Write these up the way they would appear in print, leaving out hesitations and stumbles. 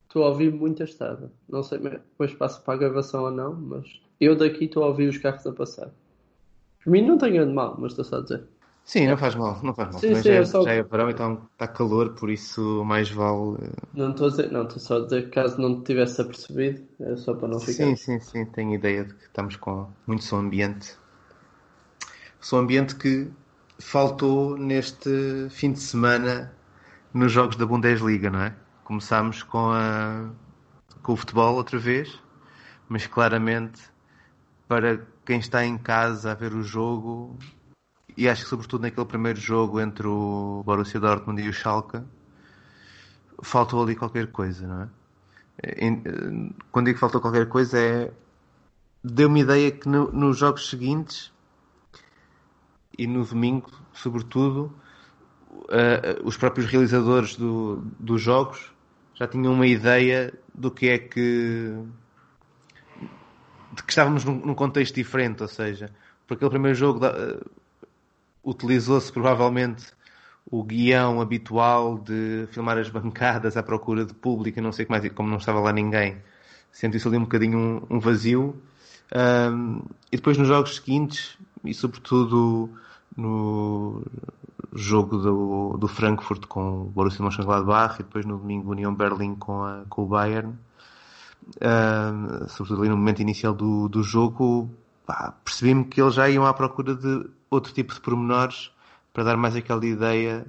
estou a ouvir muita estrada. Não sei depois passo para a gravação ou não, mas eu daqui estou a ouvir os carros a passar. Por mim não tem grande mal, mas estou só a dizer. Sim, não É. faz mal, não faz mal. Sim, Também sim, já é é, já só. é verão, então está calor, por isso mais vale. Não estou a dizer, não, estou só a dizer que caso não tivesse apercebido, era só para não Sim, ficar. sim, sim, tenho ideia de que estamos com muito som ambiente. Som ambiente que faltou neste fim de semana nos jogos da Bundesliga, não é? Começámos com o futebol outra vez, mas claramente para quem está em casa a ver o jogo, e acho que sobretudo naquele primeiro jogo entre o Borussia Dortmund e o Schalke, faltou ali qualquer coisa, não é? Quando digo que faltou qualquer coisa deu-me ideia que nos jogos seguintes e no domingo, sobretudo, os próprios realizadores dos jogos já tinham uma ideia do que é que de que estávamos num contexto diferente, ou seja, por aquele primeiro jogo utilizou-se provavelmente o guião habitual de filmar as bancadas à procura de público e não sei o que mais, e como não estava lá ninguém, sentiu-se ali um bocadinho um vazio. E depois nos jogos seguintes, e sobretudo no jogo do Frankfurt com o Borussia Mönchengladbach e depois no domingo União Berlim com o Bayern, sobretudo ali no momento inicial do jogo, percebi-me que eles já iam à procura de outro tipo de pormenores para dar mais aquela ideia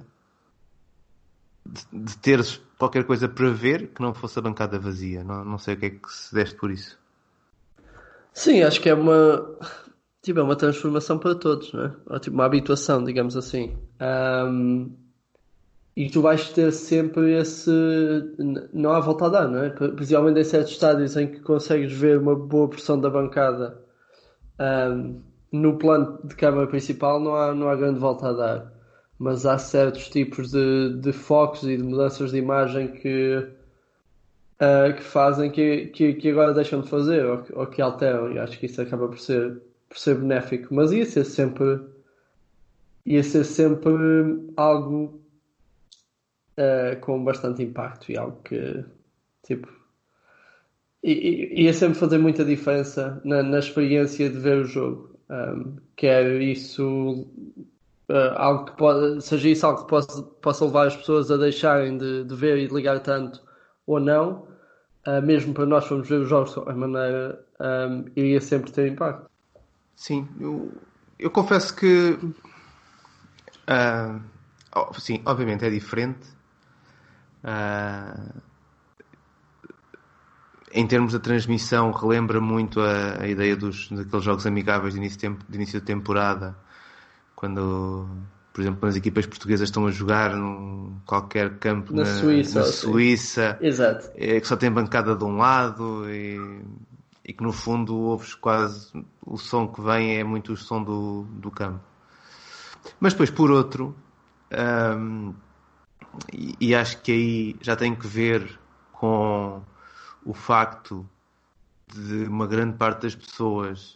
de ter qualquer coisa para ver que não fosse a bancada vazia. Não sei o que é que se deste por isso. Sim, acho que é tipo, é uma transformação para todos, não é? Ou tipo uma habituação, digamos assim. E tu vais ter sempre esse. Não há volta a dar, não é? Principalmente em certos estádios em que consegues ver uma boa porção da bancada, ahm, no plano de câmara principal, não há grande volta a dar. Mas há certos tipos de focos e de mudanças de imagem que fazem que agora deixam de fazer ou que alteram. E acho que isso acaba por ser benéfico. Mas ia ser sempre algo com bastante impacto e algo que, tipo, ia sempre fazer muita diferença na experiência de ver o jogo. Quer isso, algo que seja isso algo que possa levar as pessoas a deixarem de ver e de ligar tanto ou não, mesmo para nós formos ver os jogos de qualquer maneira, iria sempre ter impacto. Sim, eu confesso que sim, obviamente é diferente. Ah, em termos de transmissão, relembra muito a ideia daqueles jogos amigáveis de início de temporada, quando, por exemplo, as equipas portuguesas estão a jogar num qualquer campo Na na Suíça, assim. Suíça, Exato. que só tem bancada de um lado e que no fundo ouves quase o som que vem é muito o som do campo. Mas depois, por outro, hum, e acho que aí já tem que ver com o facto de uma grande parte das pessoas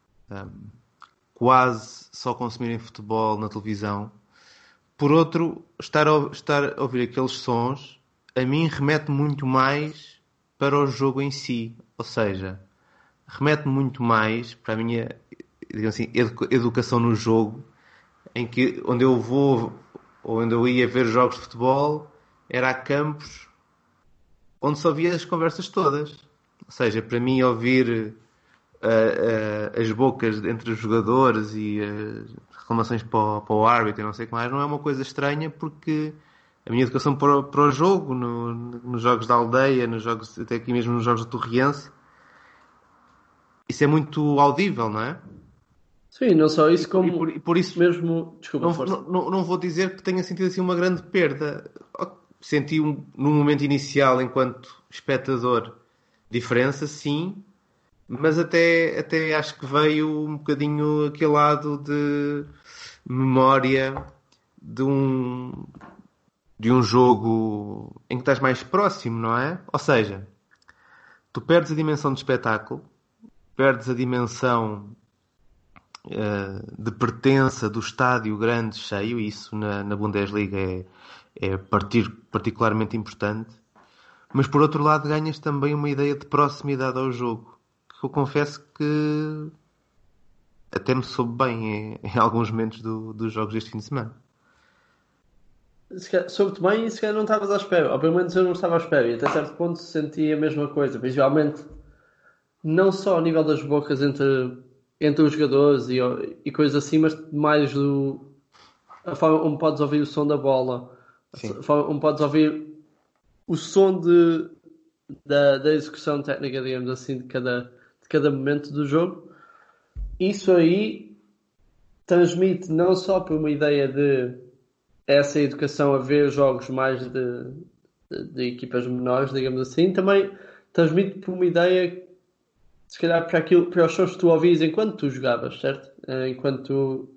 quase só consumirem futebol na televisão. Por outro, estar a ouvir aqueles sons a mim remete muito mais para o jogo em si. Ou seja, remete muito mais para a minha, digamos assim, educação no jogo, em que onde eu vou ou onde eu ia ver jogos de futebol era a campos onde só via as conversas todas. Ou seja, para mim ouvir as bocas entre os jogadores e as reclamações para o árbitro e não sei o que mais, não é uma coisa estranha porque a minha educação para o jogo, nos jogos da aldeia, nos jogos, até aqui mesmo nos jogos do Torriense, isso é muito audível, não é? Sim, não só E isso, e como por isso mesmo. Desculpa, força. não vou dizer que tenha sentido assim uma grande perda. Senti num momento inicial, enquanto espectador, diferença, sim, mas até acho que veio um bocadinho aquele lado de memória de de um jogo em que estás mais próximo, não é? Ou seja, tu perdes a dimensão de espetáculo, perdes a dimensão de pertença do estádio grande cheio, e isso na Bundesliga é particularmente importante, Mas por outro lado ganhas também uma ideia de proximidade ao jogo. Que eu confesso que até me soube bem em alguns momentos dos jogos deste fim de semana. Soube-te bem e se calhar não estavas à espera. Ou pelo menos eu não estava à espera. E até certo ponto senti a mesma coisa. Visualmente, não só ao nível das bocas entre os jogadores e coisas assim, mas mais a forma como podes ouvir o som da bola, Sim. a forma como podes ouvir o som da execução técnica, digamos assim, de cada momento do jogo. Isso aí transmite não só por uma ideia de essa educação a ver jogos mais de equipas menores, digamos assim, também transmite por uma ideia, se calhar, para os sons que tu ouvias enquanto tu jogavas, certo? Enquanto tu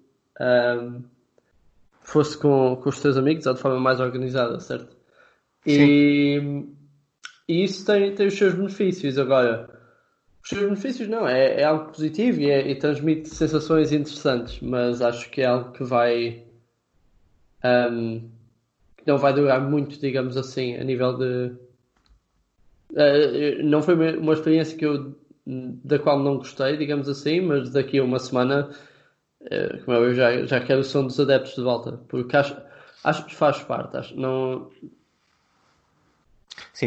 fosse com os teus amigos ou de forma mais organizada, certo? Sim. E, e isso tem os seus benefícios. Agora, os seus benefícios não, é algo positivo e transmite sensações interessantes, mas acho que é algo que não vai durar muito, digamos assim, a nível de. Não foi uma experiência da qual não gostei, digamos assim, mas daqui a uma semana, como eu já quero o som dos adeptos de volta, porque acho que faz parte, não. Sim,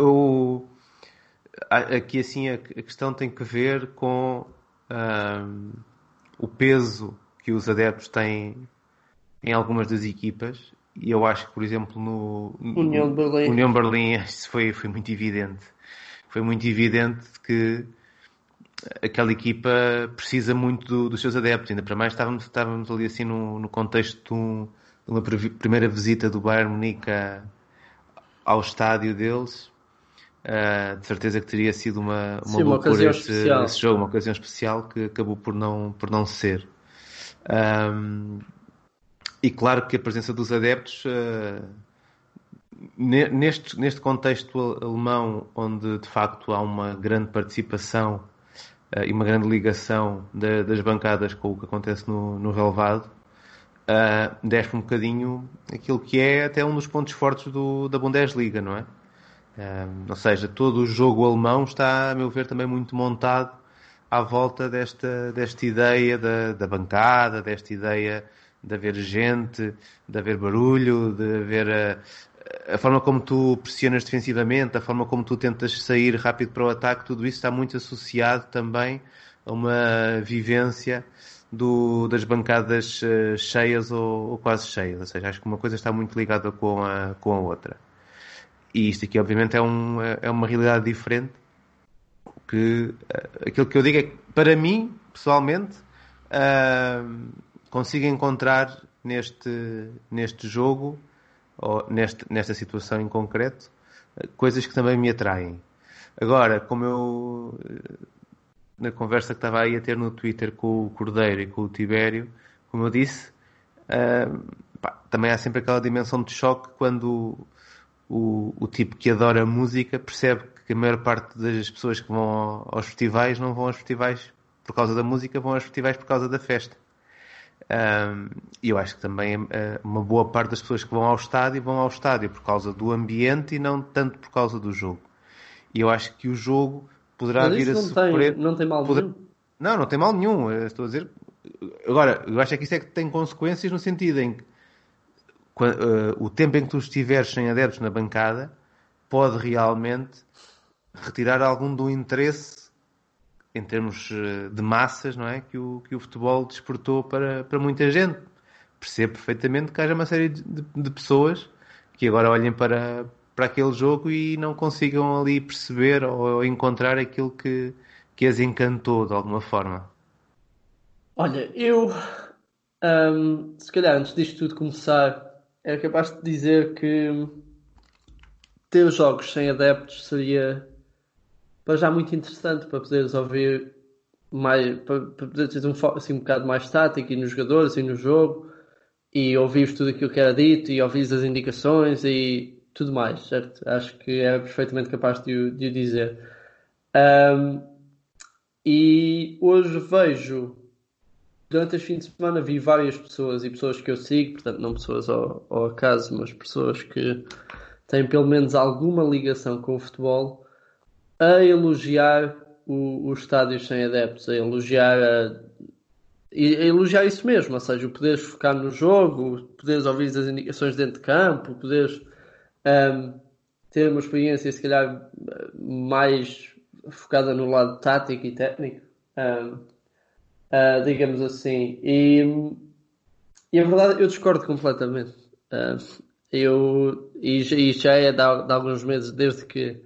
aqui assim a questão tem que ver com ahm, o peso que os adeptos têm em algumas das equipas. E eu acho que, por exemplo, União de no Berlim. União Berlim, isso foi muito evidente. Foi muito evidente que aquela equipa precisa muito dos seus adeptos. Ainda para mais estávamos ali assim no contexto de uma primeira visita do Bayern Munique ao estádio deles. De certeza que teria sido uma Sim, uma loucura ocasião esse especial. jogo, uma ocasião especial que acabou por não ser. Um, e claro que a presença dos adeptos, neste contexto alemão, onde de facto há uma grande participação e uma grande ligação das bancadas com o que acontece no relvado, desce um bocadinho aquilo que é até um dos pontos fortes da Bundesliga, não é? Ou seja, todo o jogo alemão está, a meu ver, também muito montado à volta desta ideia da bancada, desta ideia de haver gente, de haver barulho, de haver a forma como tu pressionas defensivamente, a forma como tu tentas sair rápido para o ataque, tudo isso está muito associado também a uma vivência das bancadas cheias ou quase cheias. Ou seja, acho que uma coisa está muito ligada com a outra. E isto aqui, obviamente, é uma realidade diferente. Aquilo que eu digo é que, para mim, pessoalmente, consigo encontrar neste jogo, ou nesta situação em concreto, coisas que também me atraem. Agora, como eu, na conversa que estava aí a ter no Twitter com o Cordeiro e com o Tibério, como eu disse, também há sempre aquela dimensão de choque quando o tipo que adora música percebe que a maior parte das pessoas que vão aos festivais não vão aos festivais por causa da música, vão aos festivais por causa da festa. E eu acho que também uma boa parte das pessoas que vão ao estádio por causa do ambiente e não tanto por causa do jogo. E eu acho que o jogo poderá Mas vir isso a não tem, sofrer. não tem mal poder- nenhum. Não, não tem mal nenhum. Estou a dizer. Agora, eu acho que isso é que tem consequências no sentido em que o tempo em que tu estiveres sem adeptos na bancada pode realmente retirar algum do interesse em termos de massas, não é? Que o futebol despertou para muita gente. Percebo perfeitamente que haja uma série de pessoas que agora olhem para aquele jogo e não consigam ali perceber ou encontrar aquilo que as encantou de alguma forma. Olha, se calhar antes disto tudo começar, era capaz de dizer que ter os jogos sem adeptos seria para já muito interessante para poderes ouvir mais, para poderes ter um foco assim um bocado mais tático e nos jogadores e no jogo e ouvires tudo aquilo que era dito e ouvires as indicações e tudo mais, certo? Acho que era perfeitamente capaz de o dizer. Ahm, e hoje vejo, durante este fim de semana, vi várias pessoas e pessoas que eu sigo, portanto, não pessoas ao acaso, mas pessoas têm pelo menos alguma ligação com o futebol, a elogiar os estádios sem adeptos, a elogiar isso mesmo, ou seja, o poderes focar no jogo, poderes ouvir as indicações dentro de campo, poderes ter uma experiência se calhar mais focada no lado tático e técnico, digamos assim. E a verdade, eu discordo completamente. E já é de alguns meses, desde que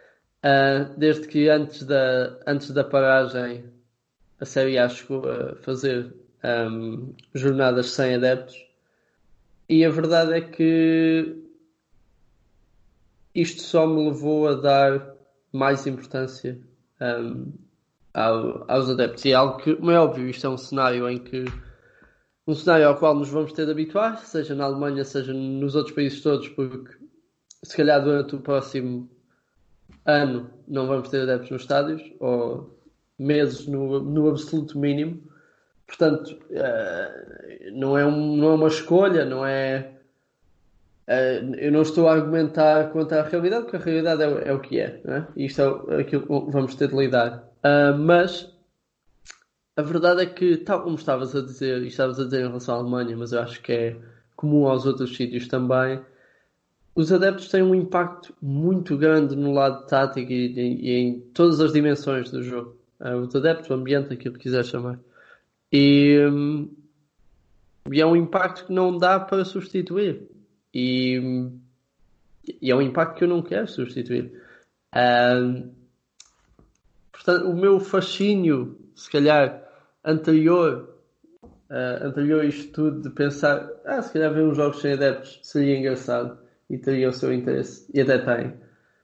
antes da paragem a Série A chegou a fazer jornadas sem adeptos, e a verdade é que isto só me levou a dar mais importância aos adeptos. E é algo que, como é óbvio, isto é um cenário ao qual nos vamos ter de habituar, seja na Alemanha, seja nos outros países todos, porque se calhar durante o próximo ano não vamos ter adeptos nos estádios, ou meses no absoluto mínimo. Portanto, não é uma escolha, não é... eu não estou a argumentar contra a realidade, porque a realidade é o que é, não é? E isto é aquilo que vamos ter de lidar. Mas a verdade é que, tal como estavas a dizer em relação à Alemanha, mas eu acho que é comum aos outros sítios também, os adeptos têm um impacto muito grande no lado tático e em todas as dimensões do jogo. Os adeptos, o ambiente, aquilo que quiser chamar. E é um impacto que não dá para substituir. E é um impacto que eu não quero substituir. Portanto, o meu fascínio, se calhar, anterior a isto tudo, de pensar, se calhar ver uns jogos sem adeptos seria engraçado e teria o seu interesse, e até tem.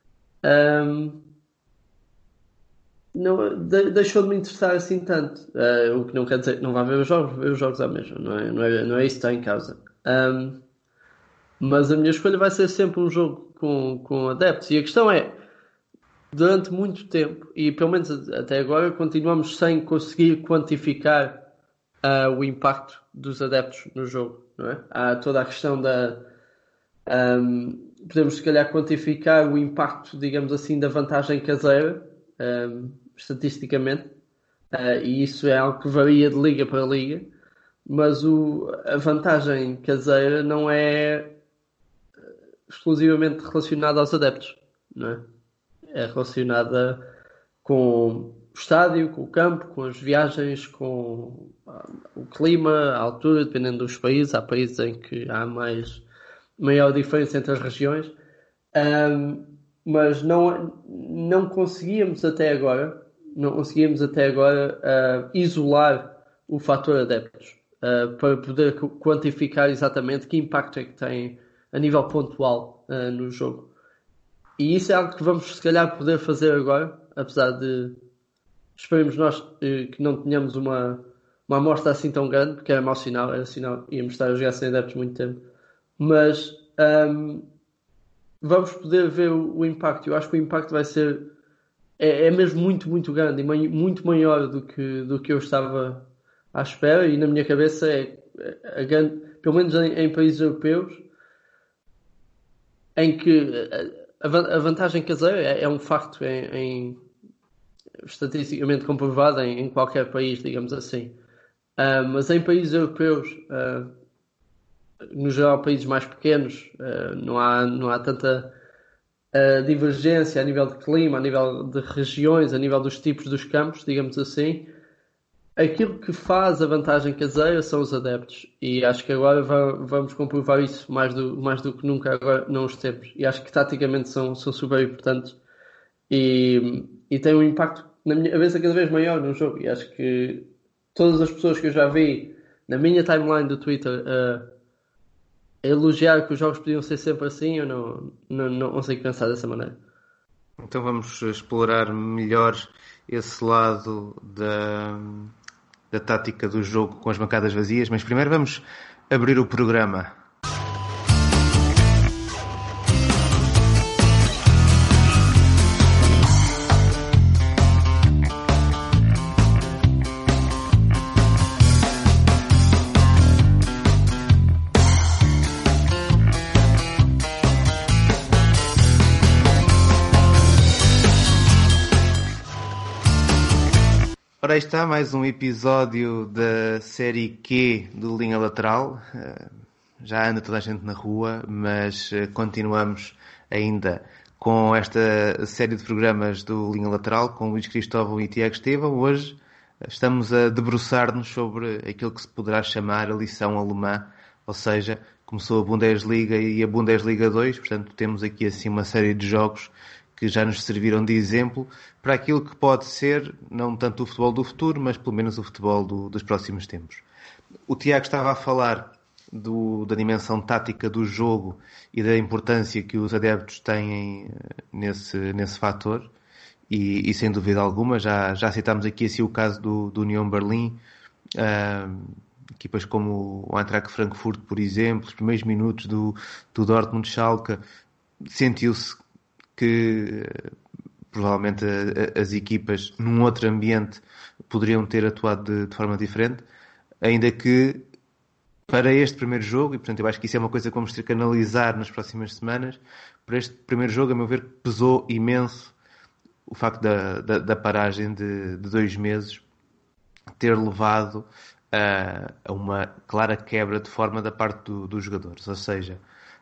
Deixou de me interessar assim tanto. O que não quer dizer que não vá ver os jogos à mesma, não é isso que está em causa. Mas a minha escolha vai ser sempre um jogo com adeptos. E a questão é, durante muito tempo, e pelo menos até agora, continuamos sem conseguir quantificar o impacto dos adeptos no jogo, não é? Há toda a questão da... podemos se calhar quantificar o impacto, digamos assim, da vantagem caseira, estatisticamente, e isso é algo que varia de liga para liga, mas a vantagem caseira não é exclusivamente relacionada aos adeptos, não é? É relacionada com o estádio, com o campo, com as viagens, com o clima, a altura, dependendo dos países. Há países em que há maior diferença entre as regiões, mas não conseguíamos até agora isolar o fator adeptos para poder quantificar exatamente que impacto é que tem a nível pontual no jogo. E isso é algo que vamos se calhar poder fazer agora, apesar de esperemos nós que não tenhamos uma amostra assim tão grande, porque era mau sinal, íamos estar a jogar sem adeptos muito tempo, mas vamos poder ver o impacto. Eu acho que o impacto vai ser é mesmo muito, muito grande e muito maior do que eu estava à espera, e na minha cabeça pelo menos em países europeus, em que a vantagem caseira é um facto estatisticamente comprovado em qualquer país, digamos assim. Mas em países europeus, no geral países mais pequenos, não há tanta divergência a nível de clima, a nível de regiões, a nível dos tipos dos campos, digamos assim. Aquilo que faz a vantagem caseira são os adeptos, e acho que agora vamos comprovar isso mais do que nunca agora nos tempos, e acho que taticamente são super importantes e têm um impacto na minha cabeça cada vez maior no jogo. E acho que todas as pessoas que eu já vi na minha timeline do Twitter a elogiar que os jogos podiam ser sempre assim, eu não consigo pensar dessa maneira. Então vamos explorar melhor esse lado da tática do jogo com as bancadas vazias, mas primeiro vamos abrir o programa. Ora, aí está mais um episódio da série Q do Linha Lateral. Já anda toda a gente na rua, mas continuamos ainda com esta série de programas do Linha Lateral com Luís Cristóvão e Tiago Estevão. Hoje estamos a debruçar-nos sobre aquilo que se poderá chamar a lição alemã, ou seja, começou a Bundesliga e a Bundesliga 2, portanto temos aqui assim uma série de jogos que já nos serviram de exemplo para aquilo que pode ser, não tanto o futebol do futuro, mas pelo menos o futebol dos próximos tempos. O Tiago estava a falar da dimensão tática do jogo e da importância que os adeptos têm nesse fator, e sem dúvida alguma, já citámos aqui assim o caso do Union Berlim, equipas como o Eintracht Frankfurt, por exemplo, os primeiros minutos do Dortmund-Schalke, sentiu-se que provavelmente as equipas num outro ambiente poderiam ter atuado de forma diferente, ainda que para este primeiro jogo, e portanto eu acho que isso é uma coisa que vamos ter que analisar nas próximas semanas, para este primeiro jogo, a meu ver, pesou imenso o facto da paragem de 2 meses ter levado a uma clara quebra de forma da parte dos jogadores. Ou seja,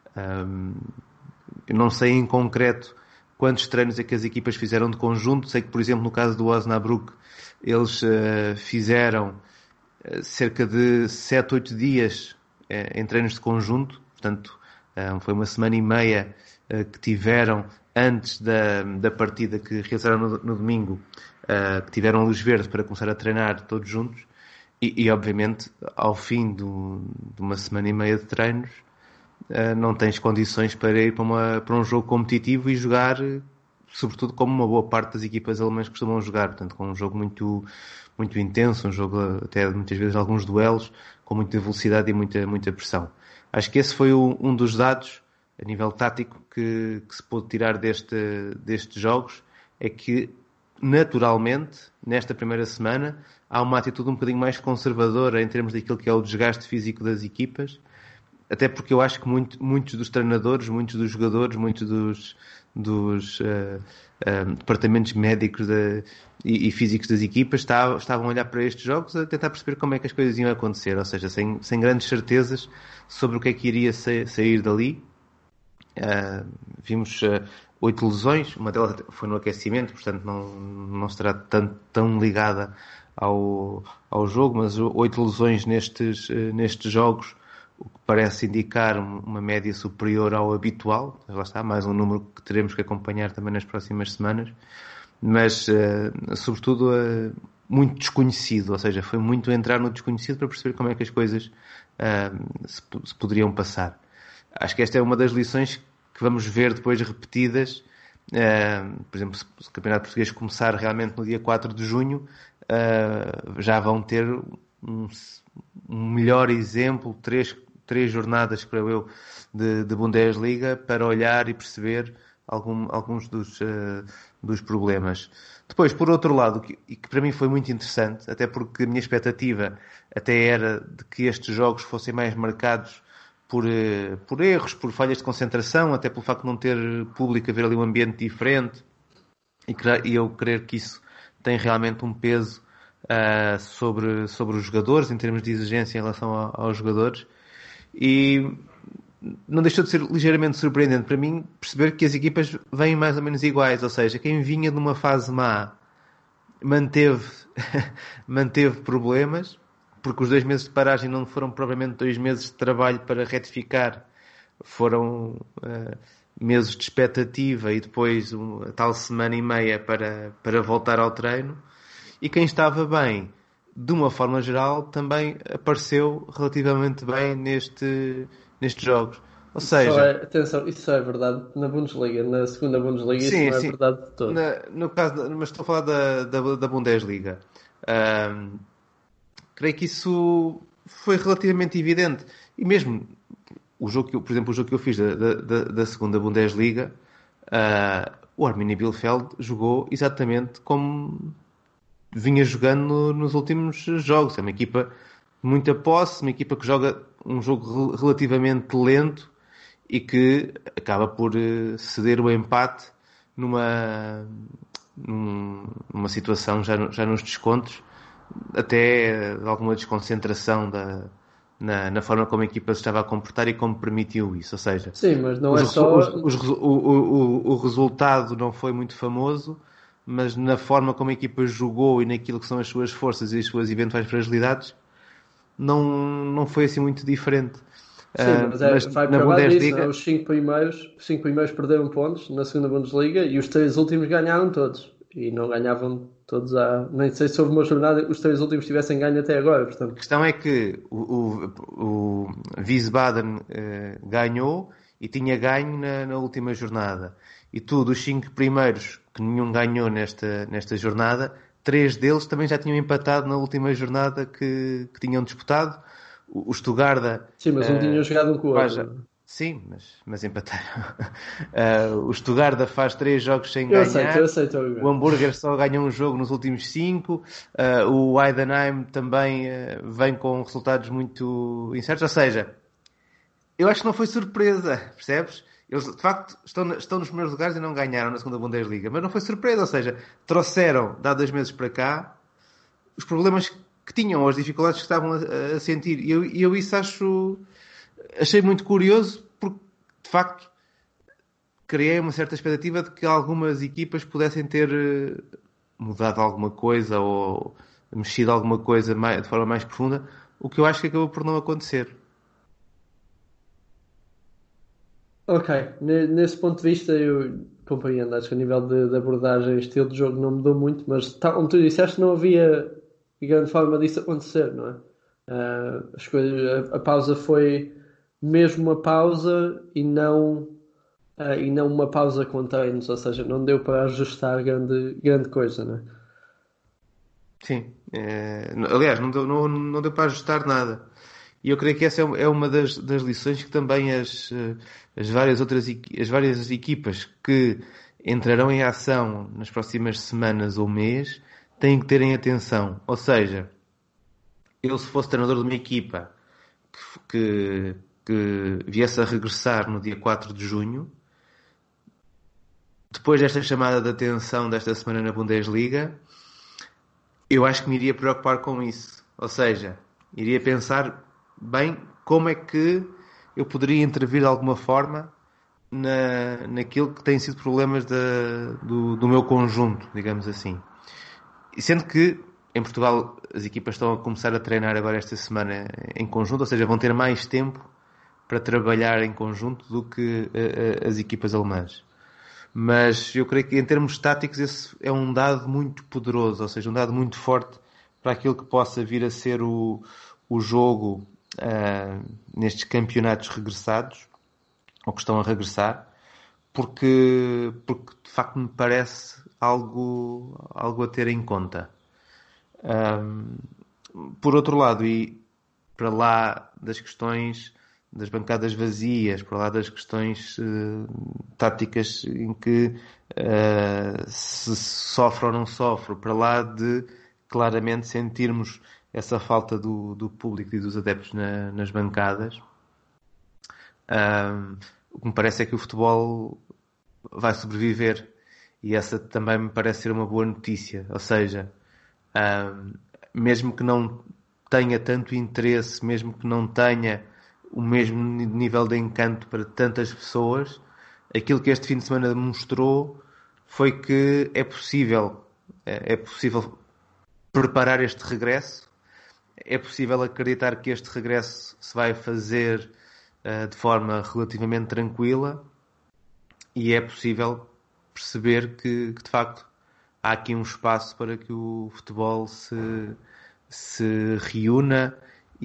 eu não sei em concreto quantos treinos é que as equipas fizeram de conjunto. Sei que, por exemplo, no caso do Osnabrück, eles fizeram cerca de 7, 8 dias em treinos de conjunto. Portanto, foi uma semana e meia que tiveram antes da partida que realizaram no domingo, que tiveram a luz verde para começar a treinar todos juntos. E obviamente, ao fim de uma semana e meia de treinos, não tens condições para ir para um jogo competitivo e jogar, sobretudo como uma boa parte das equipas alemãs costumam jogar, portanto, com um jogo muito, muito intenso, um jogo até muitas vezes alguns duelos, com muita velocidade e muita pressão. Acho que esse foi um dos dados, a nível tático, que se pôde tirar destes jogos, é que, naturalmente, nesta primeira semana, há uma atitude um bocadinho mais conservadora em termos daquilo que é o desgaste físico das equipas, até porque eu acho que muitos dos treinadores, muitos dos jogadores, muitos dos departamentos médicos e físicos das equipas estavam a olhar para estes jogos a tentar perceber como é que as coisas iam acontecer, ou seja, sem grandes certezas sobre o que é que iria sair dali. Vimos 8 lesões, uma delas foi no aquecimento, portanto não estará tão ligada ao jogo, mas 8 lesões nestes jogos, o que parece indicar uma média superior ao habitual. Lá está, mais um número que teremos que acompanhar também nas próximas semanas, mas sobretudo muito desconhecido, ou seja, foi muito entrar no desconhecido para perceber como é que as coisas se poderiam passar. Acho que esta é uma das lições que vamos ver depois repetidas. Por exemplo, se o Campeonato Português começar realmente no dia 4 de junho, já vão ter um melhor exemplo, três jornadas, creio eu, de Bundesliga para olhar e perceber alguns dos problemas. Depois, por outro lado, e que para mim foi muito interessante, até porque a minha expectativa até era de que estes jogos fossem mais marcados por erros, por falhas de concentração, até pelo facto de não ter público, haver ali um ambiente diferente, e eu creio que isso tem realmente um peso sobre os jogadores, em termos de exigência em relação aos jogadores, e não deixou de ser ligeiramente surpreendente para mim perceber que as equipas vêm mais ou menos iguais, ou seja, quem vinha de uma fase má manteve problemas, porque os 2 meses de paragem não foram propriamente 2 meses de trabalho para retificar, foram meses de expectativa e depois a tal semana e meia para voltar ao treino. E quem estava bem, de uma forma geral, também apareceu relativamente bem nestes jogos. Ou seja... Atenção, isso é verdade na Bundesliga. Na segunda Bundesliga isso não é verdade de todo. No caso, mas estou a falar da Bundesliga. Creio que isso foi relativamente evidente. E mesmo o jogo por exemplo, o jogo que eu fiz da segunda Bundesliga, o Arminia Bielefeld jogou exatamente como vinha jogando nos últimos jogos. É uma equipa de muita posse, uma equipa que joga um jogo relativamente lento e que acaba por ceder o empate numa situação já nos descontos, até alguma desconcentração na forma como a equipa se estava a comportar e como permitiu isso. Ou seja, Sim, mas não é só. o resultado não foi muito famoso, mas na forma como a equipa jogou e naquilo que são as suas forças e as suas eventuais fragilidades, não foi assim muito diferente. Sim, mas Mas vai na por causa disso, não é? Bundesliga, Os cinco primeiros perderam pontos na segunda Bundesliga e os três últimos ganharam todos. E não ganhavam todos há. Nem sei se houve uma jornada os três últimos tivessem ganho até agora, a portanto. questão é que o Wiesbaden ganhou e tinha ganho na última jornada. E tu, dos 5 primeiros, que nenhum ganhou nesta jornada, 3 deles também já tinham empatado na última jornada que tinham disputado. O Stuttgart Sim, mas um tinha jogado um com o faz... outro. Sim, mas empataram. O Stuttgart faz 3 jogos sem Eu ganhar. aceito, O argumento. Hamburger só ganhou um jogo nos últimos 5. O Heidenheim também vem com resultados muito incertos. Ou seja, eu acho que não foi surpresa, percebes? Eles, de facto, estão nos primeiros lugares e não ganharam na segunda Bundesliga. Mas não foi surpresa, ou seja, trouxeram, de há 2 meses para cá, os problemas que tinham, ou as dificuldades que estavam a sentir. E eu isso achei muito curioso, porque, de facto, criei uma certa expectativa de que algumas equipas pudessem ter mudado alguma coisa ou mexido alguma coisa de forma mais profunda, o que eu acho que acabou por não acontecer. Ok, nesse ponto de vista eu compreendo. Acho que a nível de abordagem, estilo de jogo não mudou muito, mas como tu disseste, não havia grande forma disso acontecer, não é? A pausa foi mesmo uma pausa e não uma pausa com treinos, ou seja, não deu para ajustar grande coisa, não é? Sim. Aliás, não deu para ajustar nada. E eu creio que essa é uma das lições que também as várias equipas que entrarão em ação nas próximas semanas ou mês têm que terem atenção. Ou seja, eu se fosse treinador de uma equipa que viesse a regressar no dia 4 de junho, depois desta chamada de atenção desta semana na Bundesliga, eu acho que me iria preocupar com isso. Ou seja, iria pensar bem como é que eu poderia intervir de alguma forma naquilo que têm sido problemas do meu conjunto, digamos assim. E sendo que em Portugal as equipas estão a começar a treinar agora esta semana em conjunto, ou seja, vão ter mais tempo para trabalhar em conjunto do que as equipas alemãs. Mas eu creio que em termos táticos esse é um dado muito poderoso, ou seja, um dado muito forte para aquilo que possa vir a ser o jogo nestes campeonatos regressados, ou que estão a regressar, porque de facto me parece algo a ter em conta. Por outro lado, e para lá das questões das bancadas vazias, para lá das questões táticas em que se sofre ou não sofre, para lá de claramente sentirmos essa falta do público e dos adeptos nas bancadas. O que me parece é que o futebol vai sobreviver e essa também me parece ser uma boa notícia. Ou seja, mesmo que não tenha tanto interesse, mesmo que não tenha o mesmo nível de encanto para tantas pessoas, aquilo que este fim de semana demonstrou foi que é possível preparar este regresso, é possível acreditar que este regresso se vai fazer de forma relativamente tranquila e é possível perceber que de facto há aqui um espaço para que o futebol se reúna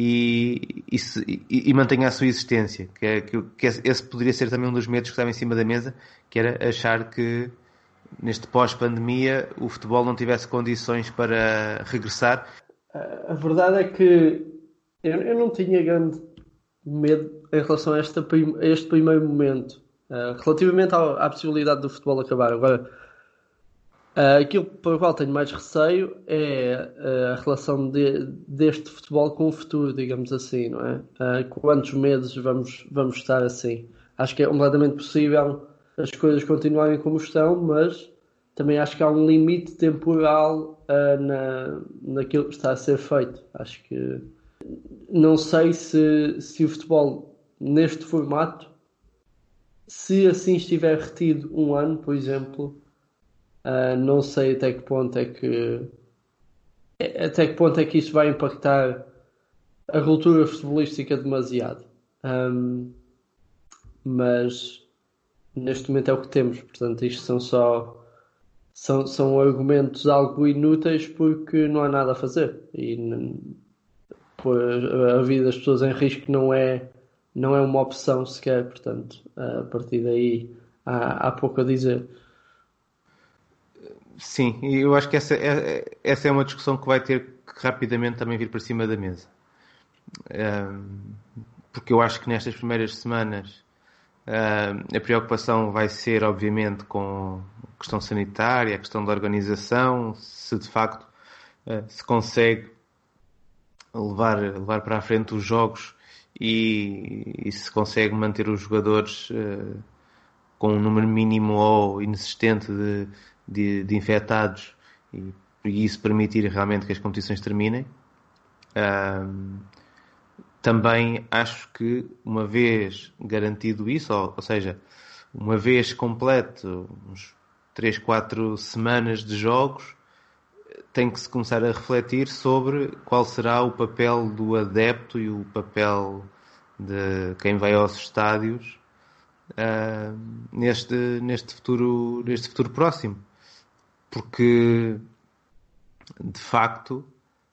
e mantenha a sua existência. Que esse poderia ser também um dos medos que estava em cima da mesa, que era achar que neste pós-pandemia o futebol não tivesse condições para regressar. A verdade é que eu não tinha grande medo em relação a este primeiro momento, relativamente à possibilidade do futebol acabar. Agora, aquilo para o qual tenho mais receio é a relação deste futebol com o futuro, digamos assim, não é? Quantos meses vamos estar assim? Acho que é completamente possível as coisas continuarem como estão, mas também acho que há um limite temporal naquilo que está a ser feito. Acho que não sei se o futebol neste formato, se assim estiver retido um ano, por exemplo, não sei até que ponto é que isso vai impactar a cultura futebolística demasiado. Um, mas neste momento é o que temos, portanto, isto são argumentos algo inúteis porque não há nada a fazer e pôr a vida das pessoas em risco não é uma opção sequer, portanto, a partir daí há pouco a dizer. Sim, e eu acho que essa é uma discussão que vai ter que rapidamente também vir para cima da mesa. Porque eu acho que nestas primeiras semanas a preocupação vai ser, obviamente, com a questão sanitária, a questão da organização, se de facto se consegue levar para a frente os jogos e se consegue manter os jogadores com um número mínimo ou inexistente de infectados e isso permitir realmente que as competições terminem. Também acho que uma vez garantido isso, ou seja, uma vez completo uns 3, 4 semanas de jogos, tem que se começar a refletir sobre qual será o papel do adepto e o papel de quem vai aos estádios neste futuro próximo. Porque, de facto,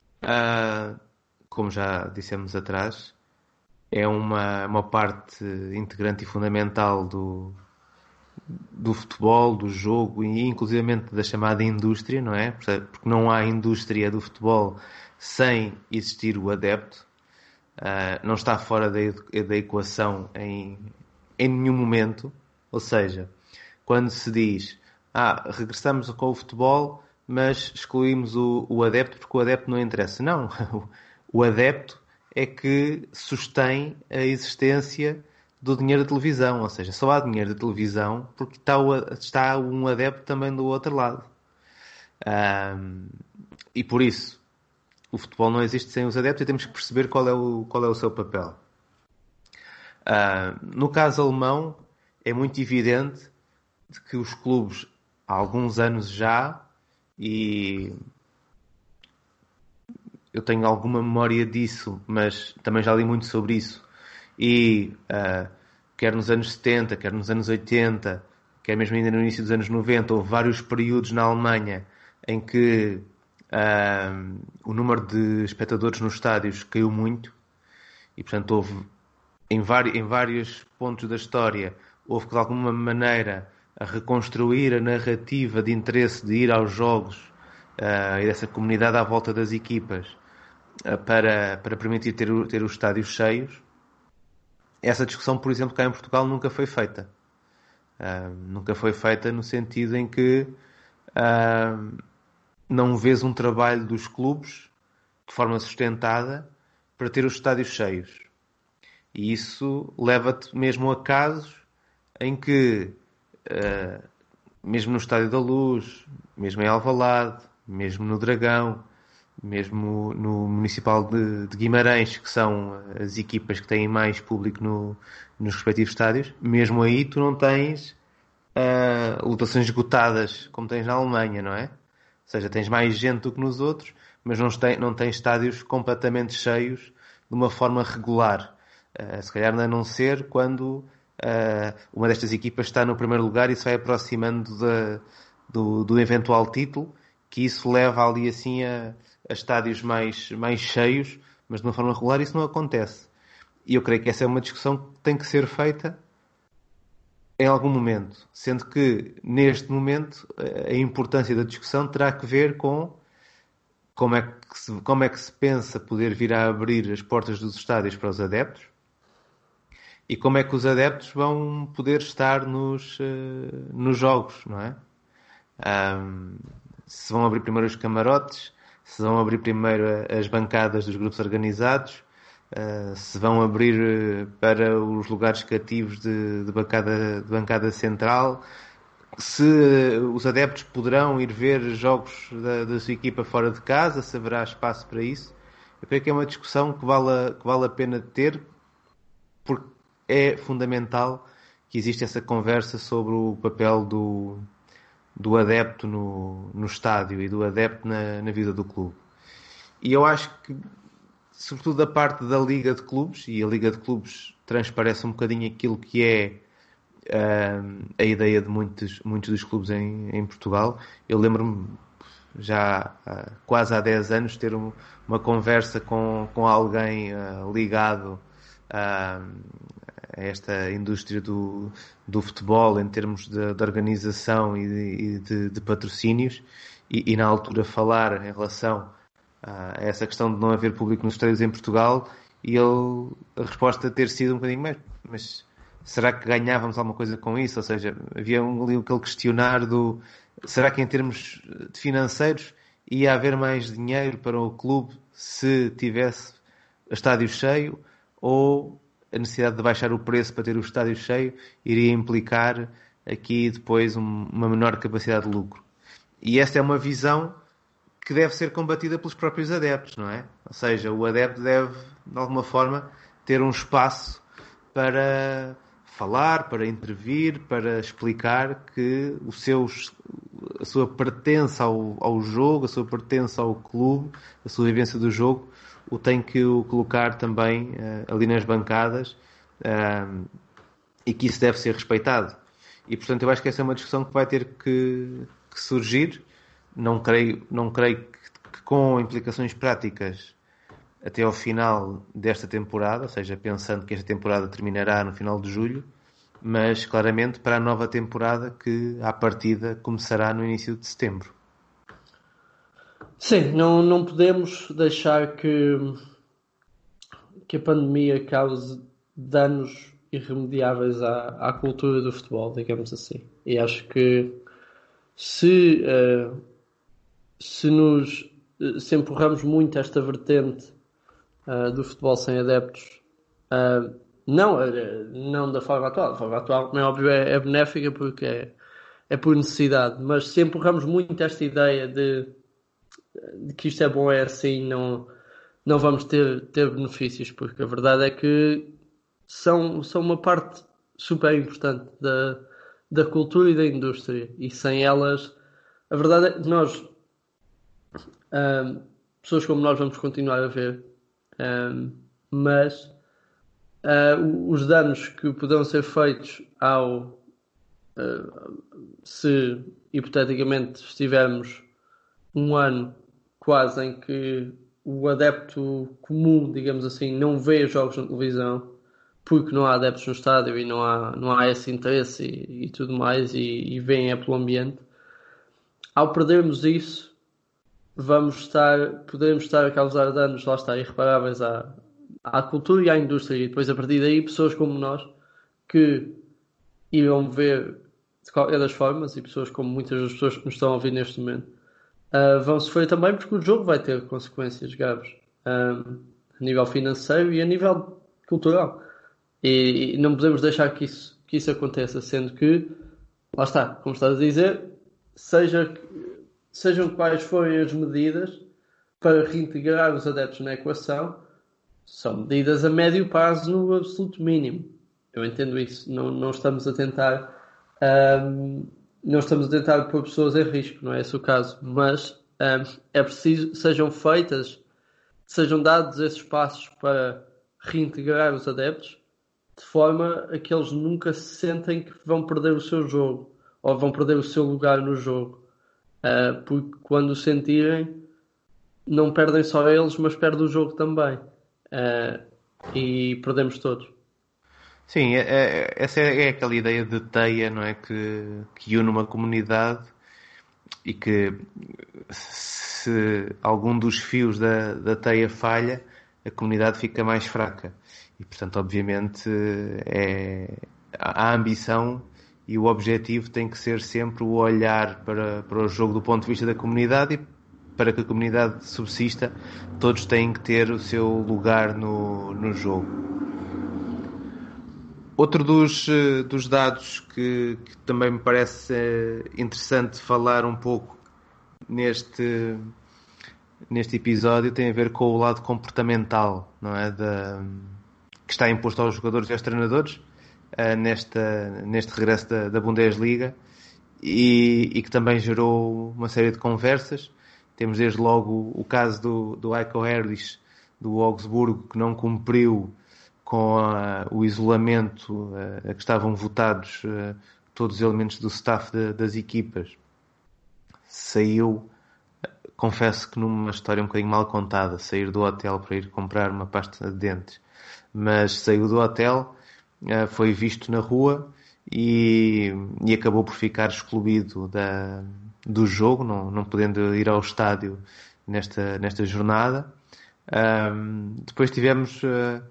como já dissemos atrás, é uma parte integrante e fundamental do futebol, do jogo e inclusivamente da chamada indústria, não é? Porque não há indústria do futebol sem existir o adepto. Não está fora da equação em nenhum momento. Ou seja, quando se diz regressamos com o futebol, mas excluímos o adepto porque o adepto não interessa. Não, o adepto é que sustém a existência do dinheiro da televisão, ou seja, só há dinheiro da televisão porque está um adepto também do outro lado. E por isso, o futebol não existe sem os adeptos e temos que perceber qual é o seu papel. No caso alemão, é muito evidente que os clubes, há alguns anos já, e eu tenho alguma memória disso, mas também já li muito sobre isso, e quer nos anos 70, quer nos anos 80, quer mesmo ainda no início dos anos 90, houve vários períodos na Alemanha em que o número de espectadores nos estádios caiu muito e, portanto, houve em vários pontos da história, houve que de alguma maneira a reconstruir a narrativa de interesse de ir aos jogos e dessa comunidade à volta das equipas para permitir ter os estádios cheios. Essa discussão, por exemplo, cá em Portugal nunca foi feita. Nunca foi feita no sentido em que não vês um trabalho dos clubes de forma sustentada para ter os estádios cheios. E isso leva-te mesmo a casos em que, mesmo no Estádio da Luz, mesmo em Alvalade, mesmo no Dragão, mesmo no Municipal de Guimarães, que são as equipas que têm mais público nos respectivos estádios, mesmo aí tu não tens lotações esgotadas como tens na Alemanha, não é? Ou seja, tens mais gente do que nos outros, mas não tens estádios completamente cheios de uma forma regular. Se calhar a não ser quando uma destas equipas está no primeiro lugar e se vai aproximando do eventual título, que isso leva ali assim a estádios mais cheios, mas de uma forma regular isso não acontece. E eu creio que essa é uma discussão que tem que ser feita em algum momento, sendo que neste momento a importância da discussão terá que ver com como é que se pensa poder vir a abrir as portas dos estádios para os adeptos e como é que os adeptos vão poder estar nos jogos, não é? Se vão abrir primeiro os camarotes, se vão abrir primeiro as bancadas dos grupos organizados, se vão abrir para os lugares cativos de bancada central. se os adeptos poderão ir ver jogos da sua equipa fora de casa, se haverá espaço para isso. Eu creio que é uma discussão que vale a pena ter, porque é fundamental que exista essa conversa sobre o papel do adepto no estádio e do adepto na vida do clube. E eu acho que, sobretudo da parte da Liga de Clubes, e a Liga de Clubes transparece um bocadinho aquilo que é a ideia de muitos dos clubes em Portugal. Eu lembro-me já quase há 10 anos ter uma conversa com alguém ligado a esta indústria do futebol em termos de organização e de patrocínios, e na altura falar em relação a essa questão de não haver público nos estádios em Portugal, e a resposta ter sido um bocadinho mas será que ganhávamos alguma coisa com isso? Ou seja, havia ali aquele questionar será que em termos financeiros ia haver mais dinheiro para o clube se tivesse o estádio cheio, ou a necessidade de baixar o preço para ter o estádio cheio iria implicar aqui depois uma menor capacidade de lucro? E esta é uma visão que deve ser combatida pelos próprios adeptos, não é? Ou seja, o adepto deve, de alguma forma, ter um espaço para falar, para intervir, para explicar que a sua pertença ao jogo, a sua pertença ao clube, a sua vivência do jogo, o tem que o colocar também ali nas bancadas, e que isso deve ser respeitado. E, portanto, eu acho que essa é uma discussão que vai ter que surgir. Não creio que com implicações práticas até ao final desta temporada, ou seja, pensando que esta temporada terminará no final de julho, mas claramente para a nova temporada que, à partida, começará no início de setembro. Sim, não podemos deixar que a pandemia cause danos irremediáveis à cultura do futebol, digamos assim. E acho que se empurramos muito esta vertente do futebol sem adeptos, não da forma atual. A forma atual, como é óbvio, é benéfica porque é por necessidade, mas se empurramos muito esta ideia de que isto é bom, é assim, não vamos ter benefícios, porque a verdade é que são uma parte super importante da cultura e da indústria, e sem elas, a verdade é que nós, pessoas como nós, vamos continuar a ver, mas os danos que poderão ser feitos se hipoteticamente estivermos um ano quase em que o adepto comum, digamos assim, não vê jogos na televisão porque não há adeptos no estádio e não há esse interesse e tudo mais, e veem pelo ambiente. Ao perdermos isso, podemos estar a causar danos, lá está, irreparáveis à cultura e à indústria, e depois a partir daí pessoas como nós que irão ver de qualquer das formas, e pessoas como muitas das pessoas que nos estão a ouvir neste momento, vão sofrer também, porque o jogo vai ter consequências graves a nível financeiro e a nível cultural, e não podemos deixar que isso aconteça, sendo que, lá está, como estás a dizer, sejam quais forem as medidas para reintegrar os adeptos na equação, são medidas a médio prazo no absoluto mínimo. Eu entendo isso. Não estamos a tentar pôr pessoas em risco, não é esse o caso, mas é preciso que sejam dados esses passos para reintegrar os adeptos, de forma a que eles nunca se sentem que vão perder o seu jogo ou vão perder o seu lugar no jogo, porque quando o sentirem, não perdem só eles, mas perdem o jogo também, e perdemos todos. Sim, essa é aquela ideia de teia, não é? Que une uma comunidade, e que se algum dos fios da teia falha, a comunidade fica mais fraca. E, portanto, obviamente, a ambição e o objetivo tem que ser sempre o olhar para o jogo do ponto de vista da comunidade, e para que a comunidade subsista, todos têm que ter o seu lugar no jogo. Outro dos dados que também me parece interessante falar um pouco neste episódio tem a ver com o lado comportamental, não é? Que está imposto aos jogadores e aos treinadores neste regresso da Bundesliga e que também gerou uma série de conversas. Temos desde logo o caso do Heiko Herrlich, do Augsburgo, que não cumpriu com o isolamento a que estavam votados todos os elementos do staff das equipas. Saiu, confesso que numa história um bocadinho mal contada, sair do hotel para ir comprar uma pasta de dentes. Mas saiu do hotel, foi visto na rua e acabou por ficar excluído do jogo, não podendo ir ao estádio nesta jornada. Depois tivemos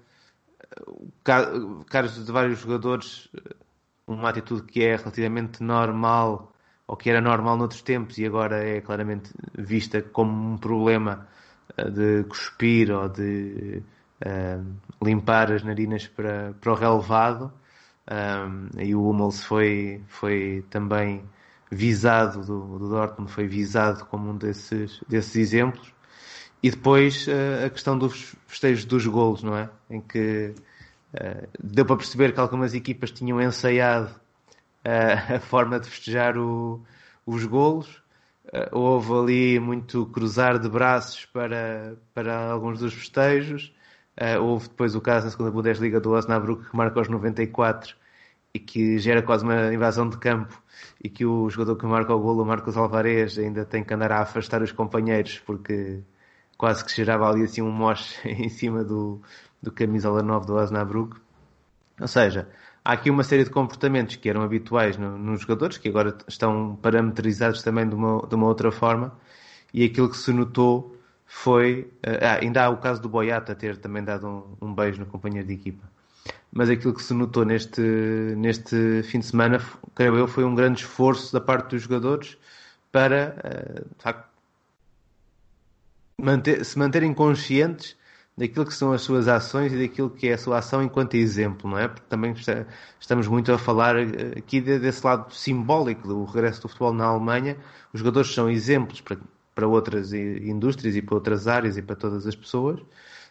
casos de vários jogadores, uma atitude que é relativamente normal, ou que era normal noutros tempos e agora é claramente vista como um problema de cuspir ou de limpar as narinas para o relevado. E o Hummels foi também visado, do Dortmund foi visado como um desses exemplos. E depois a questão dos festejos dos golos, não é? Em que deu para perceber que algumas equipas tinham ensaiado a forma de festejar os golos. Houve ali muito cruzar de braços para alguns dos festejos. Houve depois o caso na segunda Bundesliga do Osnabrück, que marca aos 94 e que gera quase uma invasão de campo, e que o jogador que marca o golo, o Marcos Alvarez, ainda tem que andar a afastar os companheiros porque quase que gerava ali assim um moche em cima do camisola 9 do Osnabrück. Ou seja, há aqui uma série de comportamentos que eram habituais nos jogadores, que agora estão parametrizados também de uma outra forma, e aquilo que se notou foi... ainda há o caso do Boyata ter também dado um beijo no companheiro de equipa. Mas aquilo que se notou neste fim de semana, creio eu, foi um grande esforço da parte dos jogadores para, de facto, se manterem conscientes daquilo que são as suas ações e daquilo que é a sua ação enquanto exemplo, não é? Porque também estamos muito a falar aqui desse lado simbólico do regresso do futebol na Alemanha. Os jogadores são exemplos para outras indústrias e para outras áreas e para todas as pessoas,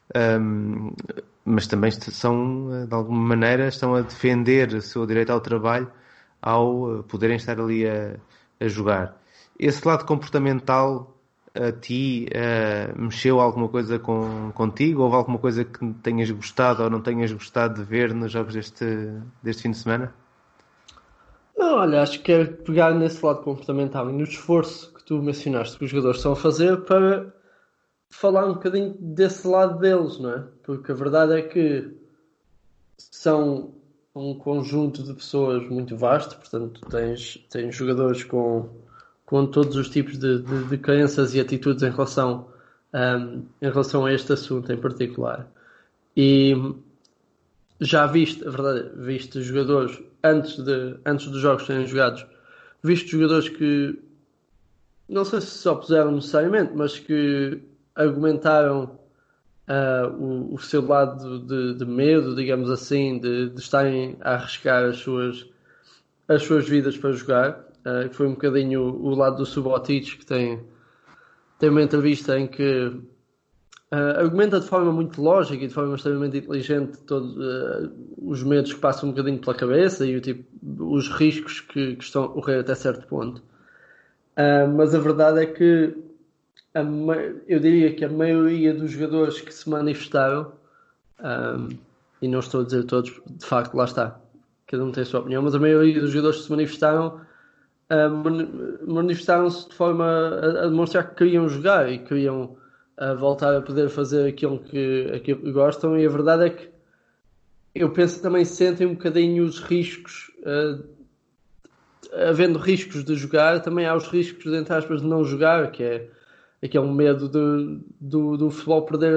mas também são, de alguma maneira, estão a defender o seu direito ao trabalho ao poderem estar ali a jogar. Esse lado comportamental a ti mexeu alguma coisa contigo? Houve alguma coisa que tenhas gostado ou não tenhas gostado de ver nos jogos deste fim de semana? Não, olha, acho que é pegar nesse lado comportamental e no esforço que tu mencionaste que os jogadores estão a fazer para falar um bocadinho desse lado deles, não é? Porque a verdade é que são um conjunto de pessoas muito vasto, portanto tens jogadores com todos os tipos de crenças e atitudes em relação a este assunto em particular. E já viste, a verdade, viste jogadores antes dos jogos serem jogados, viste jogadores que não sei se se opuseram necessariamente, mas que argumentaram o seu lado de medo, digamos assim, de estarem a arriscar as suas vidas para jogar. Que foi um bocadinho o lado do Subotic, que tem uma entrevista em que argumenta de forma muito lógica e de forma extremamente inteligente todos os medos que passam um bocadinho pela cabeça e os riscos que estão a ocorrer até certo ponto. Mas a verdade é que eu diria que a maioria dos jogadores que se manifestaram, e não estou a dizer todos, de facto, lá está, cada um tem a sua opinião, mas a maioria dos jogadores que se manifestaram-se de forma a demonstrar que queriam jogar e queriam voltar a poder fazer aquilo que gostam, e a verdade é que eu penso que também sentem um bocadinho os riscos, havendo riscos de jogar, também há os riscos, entre aspas, de não jogar, que é aquele medo do futebol perder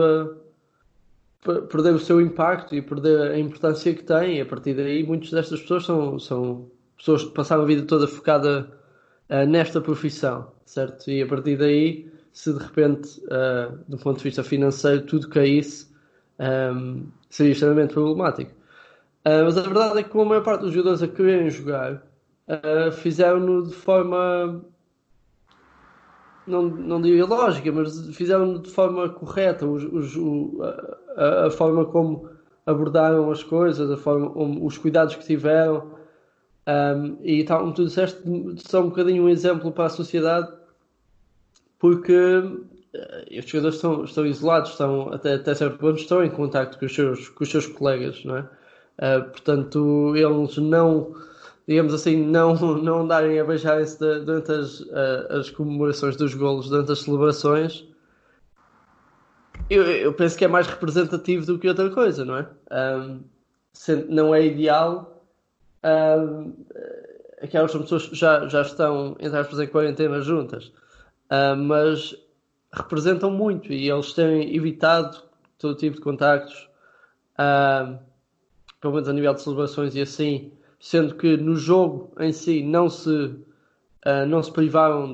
o seu impacto e perder a importância que tem, e a partir daí muitas destas pessoas são pessoas que passaram a vida toda focada nesta profissão, certo? E a partir daí, se de repente, do ponto de vista financeiro, tudo caísse, seria extremamente problemático. Mas a verdade é que, como a maior parte dos jogadores a quererem jogar, fizeram-no de forma, não diria lógica, mas fizeram-no de forma correta. A forma como abordaram as coisas, a forma, os cuidados que tiveram. E tal, como tu disseste, são um bocadinho um exemplo para a sociedade, porque estes jogadores estão isolados, estão até certo ponto estão em contacto com os seus colegas, não é? Portanto, eles não, digamos assim, não andarem a beijarem-se durante as comemorações dos golos, durante as celebrações. Eu penso que é mais representativo do que outra coisa, não é? Não é ideal. Aquelas pessoas já estão, entre aspas, em quarentena juntas, mas representam muito e eles têm evitado todo tipo de contactos, ah, pelo menos a nível de celebrações e assim, sendo que no jogo em si não se privaram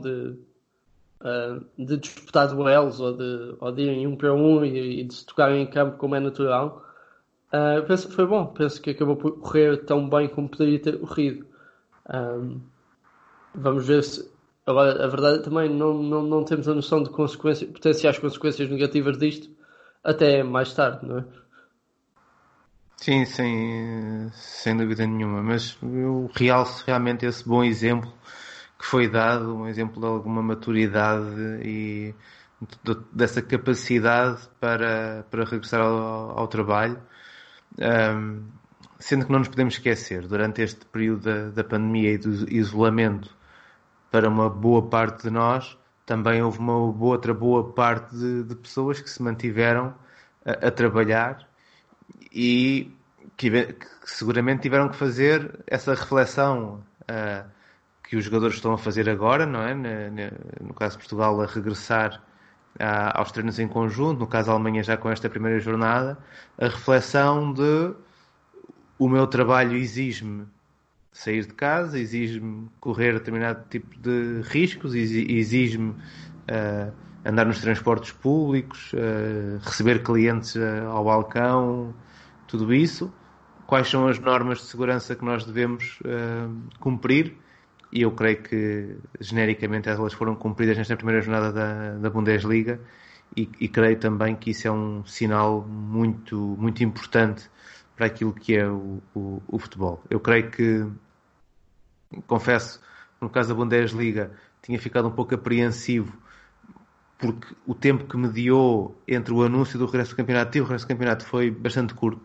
de disputar duelos ou de irem um para um e de se tocarem em campo como é natural. Penso que foi bom, penso que acabou por correr tão bem como poderia ter corrido. Um, Vamos ver se. Agora, a verdade é também não temos a noção de potenciais consequências negativas disto até mais tarde, não é? Sim, sem dúvida nenhuma, mas eu realço realmente esse bom exemplo que foi dado, um exemplo de alguma maturidade e dessa capacidade para regressar ao trabalho. Um, Sendo que não nos podemos esquecer, durante este período da pandemia e do isolamento, para uma boa parte de nós, também houve uma outra boa parte de pessoas que se mantiveram a trabalhar e que seguramente tiveram que fazer essa reflexão que os jogadores estão a fazer agora, não é? No caso de Portugal, a regressar aos treinos em conjunto, no caso da Alemanha já com esta primeira jornada, a reflexão de o meu trabalho exige-me sair de casa, exige-me correr determinado tipo de riscos, exige-me andar nos transportes públicos, receber clientes ao balcão, tudo isso. Quais são as normas de segurança que nós devemos cumprir? E eu creio que genericamente elas foram cumpridas nesta primeira jornada da Bundesliga e creio também que isso é um sinal muito, muito importante para aquilo que é o futebol. Eu creio que, confesso, no caso da Bundesliga, tinha ficado um pouco apreensivo porque o tempo que mediou entre o anúncio do regresso do campeonato e o regresso do campeonato foi bastante curto.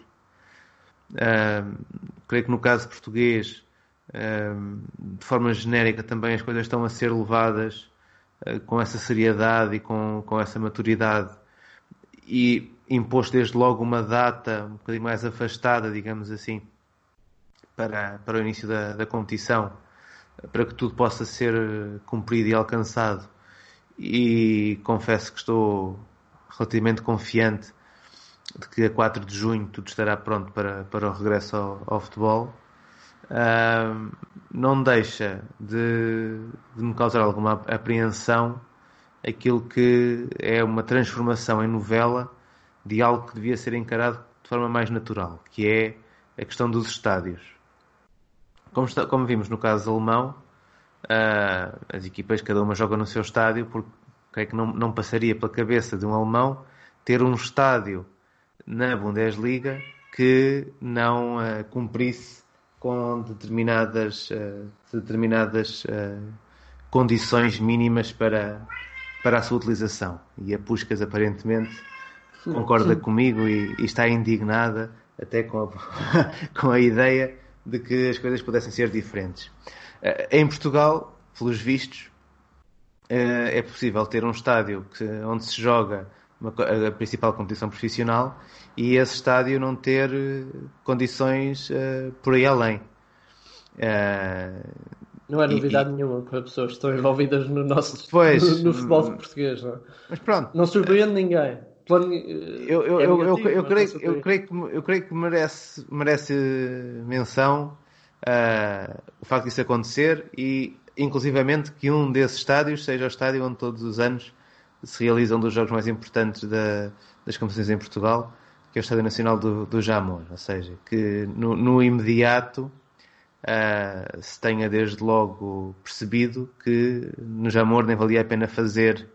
Creio que no caso português, de forma genérica, também as coisas estão a ser levadas com essa seriedade e com essa maturidade e impôs desde logo uma data um bocadinho mais afastada, digamos assim, para o início da competição, para que tudo possa ser cumprido e alcançado. E confesso que estou relativamente confiante de que a 4 de junho tudo estará pronto para o regresso ao futebol. Não deixa de me causar alguma apreensão aquilo que é uma transformação em novela de algo que devia ser encarado de forma mais natural, que é a questão dos estádios. Como vimos no caso alemão, as equipas, cada uma joga no seu estádio, porque creio que não passaria pela cabeça de um alemão ter um estádio na Bundesliga que não cumprisse com determinadas condições mínimas para a sua utilização. E a Puskás aparentemente concorda comigo e está indignada até com a ideia de que as coisas pudessem ser diferentes. Em Portugal, pelos vistos, é possível ter um estádio onde se joga a principal competição profissional e esse estádio não ter condições por aí além. Não é novidade nenhuma para pessoas que estão envolvidas no futebol português, não é? Mas pronto. Não surpreende ninguém. Eu creio que merece menção o facto disso acontecer e inclusivamente que um desses estádios seja o estádio onde todos os anos se realizam um dos jogos mais importantes das competições em Portugal, que é o Estádio Nacional do Jamor, ou seja, que no imediato se tenha desde logo percebido que no Jamor nem valia a pena fazer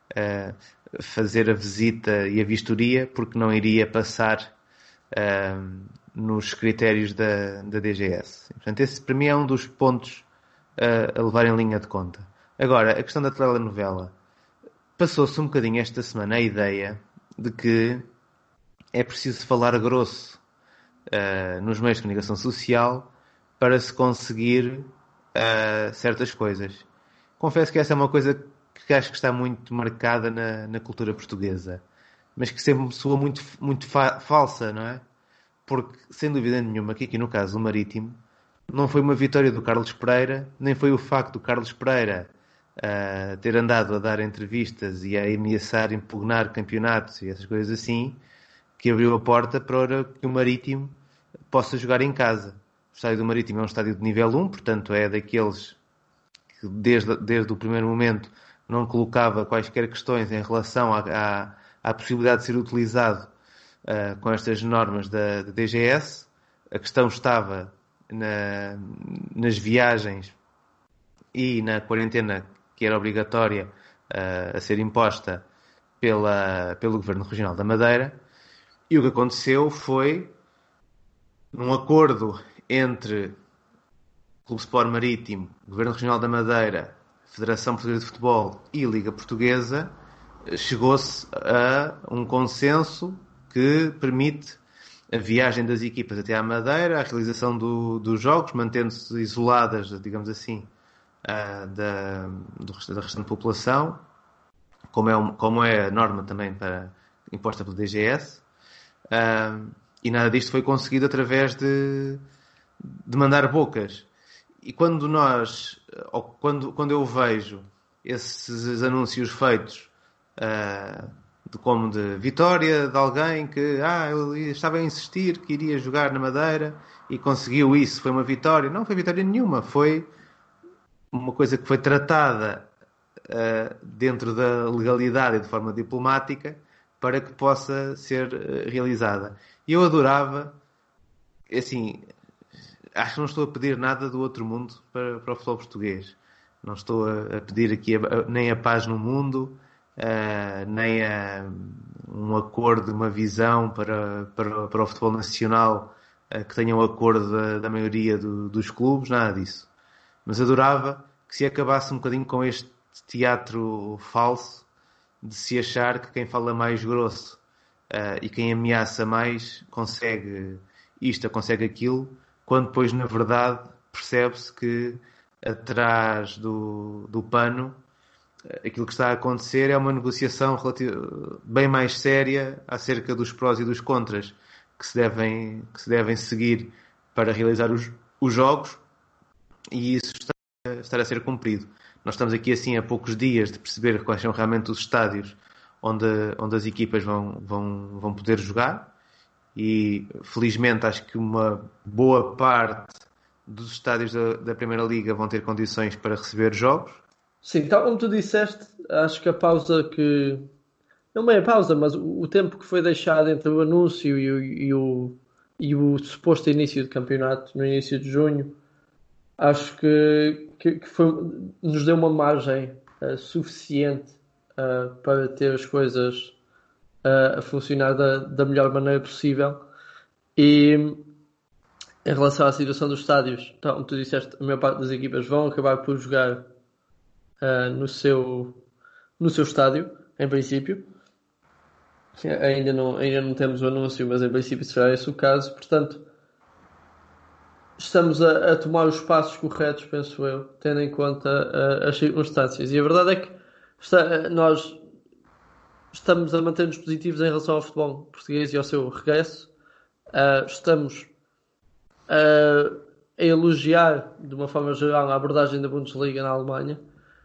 a visita e a vistoria, porque não iria passar nos critérios da DGS. Portanto, esse para mim é um dos pontos a levar em linha de conta. Agora, a questão da telenovela. Passou-se um bocadinho esta semana a ideia de que é preciso falar grosso nos meios de comunicação social para se conseguir certas coisas. Confesso que essa é uma coisa que acho que está muito marcada na cultura portuguesa, mas que sempre me soa muito falsa, não é? Porque, sem dúvida nenhuma, que aqui no caso do Marítimo, não foi uma vitória do Carlos Pereira, nem foi o facto do Carlos Pereira ter andado a dar entrevistas e a ameaçar impugnar campeonatos e essas coisas assim, que abriu a porta para que o Marítimo possa jogar em casa. O estádio do Marítimo é um estádio de nível 1, portanto é daqueles que desde o primeiro momento não colocava quaisquer questões em relação à possibilidade de ser utilizado com estas normas da DGS. A questão estava nas viagens e na quarentena que era obrigatória a ser imposta pelo Governo Regional da Madeira. E o que aconteceu foi, num acordo entre Clube Sport Marítimo, Governo Regional da Madeira, Federação Portuguesa de Futebol e Liga Portuguesa, chegou-se a um consenso que permite a viagem das equipas até à Madeira, a realização dos jogos, mantendo-se isoladas, digamos assim, da restante população, como é a norma também imposta pelo DGS. E nada disto foi conseguido através de mandar bocas. E quando eu vejo esses anúncios feitos como de vitória de alguém que ele estava a insistir que iria jogar na Madeira e conseguiu isso, foi uma vitória. Não foi vitória nenhuma, foi uma coisa que foi tratada dentro da legalidade e de forma diplomática para que possa ser realizada. E eu adorava, assim, acho que não estou a pedir nada do outro mundo para o futebol português. Não estou a pedir aqui nem a paz no mundo, nem um acordo, uma visão para o futebol nacional que tenha um acordo da maioria dos clubes, nada disso. Mas adorava que se acabasse um bocadinho com este teatro falso de se achar que quem fala mais grosso e quem ameaça mais consegue isto, consegue aquilo, quando depois, na verdade, percebe-se que atrás do pano aquilo que está a acontecer é uma negociação bem mais séria acerca dos prós e dos contras que se devem seguir para realizar os jogos, e isso está a ser cumprido. Nós estamos aqui assim a poucos dias de perceber quais são realmente os estádios onde as equipas vão poder jogar, e felizmente acho que uma boa parte dos estádios da Primeira Liga vão ter condições para receber jogos. Sim, tal como tu disseste, acho que a pausa que... Não é a pausa, mas o tempo que foi deixado entre o anúncio e o suposto início de campeonato, no início de junho, acho que nos deu uma margem suficiente para ter as coisas a funcionar da melhor maneira possível. E em relação à situação dos estádios, tal como tu disseste, a maior parte das equipas vão acabar por jogar no seu estádio, em princípio. Ainda não temos o anúncio, mas em princípio será esse o caso. Portanto, estamos a tomar os passos corretos, penso eu, tendo em conta as circunstâncias. E a verdade é que nós estamos a manter-nos positivos em relação ao futebol português e ao seu regresso. Estamos a elogiar, de uma forma geral, a abordagem da Bundesliga na Alemanha,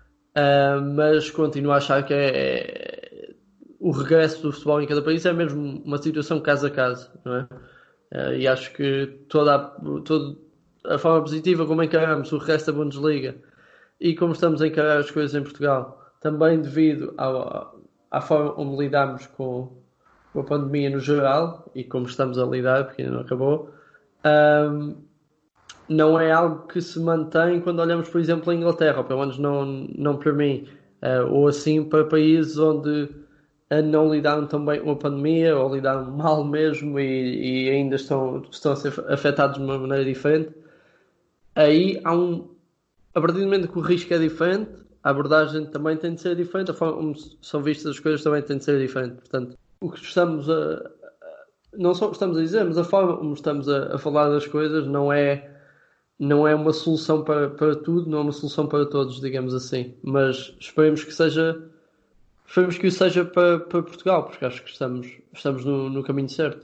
mas continuo a achar que o regresso do futebol em cada país é mesmo uma situação caso a caso, não é? E acho que toda a forma positiva como encaramos o regresso da Bundesliga e como estamos a encarar as coisas em Portugal, também devido à forma como lidamos com com a pandemia no geral e como estamos a lidar, porque ainda não acabou, ahm, não é algo que se mantém quando olhamos, por exemplo, a Inglaterra, ou pelo menos não para mim, ou assim para países onde não lidaram tão bem com a pandemia, ou lidaram mal mesmo e ainda estão a ser afetados de uma maneira diferente. Aí a partir do momento que o risco é diferente, a abordagem também tem de ser diferente, a forma como são vistas as coisas também tem de ser diferente. Portanto, o que estamos não só o que estamos a dizer, mas a forma como estamos a falar das coisas não é uma solução para tudo, não é uma solução para todos, digamos assim. Mas esperemos que o seja para Portugal, porque acho que estamos no caminho certo.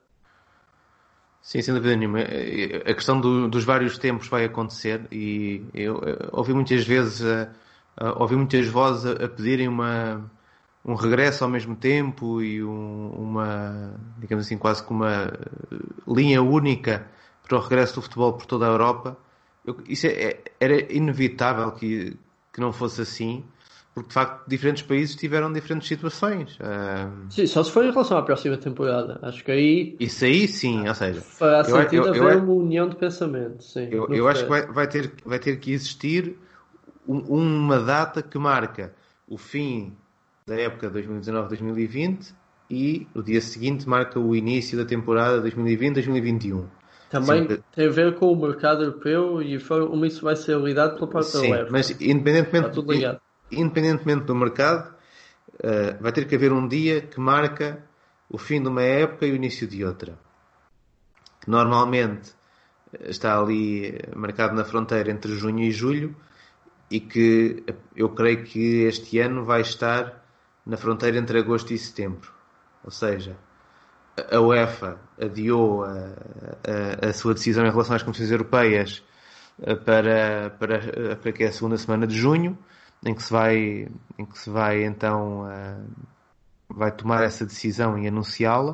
Sim, sem dúvida nenhuma. A questão dos vários tempos vai acontecer e eu ouvi muitas vezes, ouvi muitas vozes a pedirem um regresso ao mesmo tempo e uma, digamos assim, quase que uma linha única para o regresso do futebol por toda a Europa. Isso era inevitável que não fosse assim, porque de facto diferentes países tiveram diferentes situações. Sim, só se for em relação à próxima temporada. Acho que aí Isso aí sim, ou seja, fará eu, sentido eu, eu, haver uma união de pensamento, sim, no eu acho que regresso. vai ter que existir uma data que marca o fim da época 2019-2020 e o dia seguinte marca o início da temporada 2020-2021. Sim, Também tem a ver com o mercado europeu e como isso vai ser lidado pela parte da sim, mas UEFA. Está tudo ligado. independentemente do mercado, vai ter que haver um dia que marca o fim de uma época e o início de outra. Que normalmente está ali marcado na fronteira entre junho e julho e que eu creio que este ano vai estar na fronteira entre agosto e setembro. Ou seja, a UEFA adiou a sua decisão em relação às competições europeias para que é a segunda semana de junho, em que se vai então vai tomar essa decisão e anunciá-la.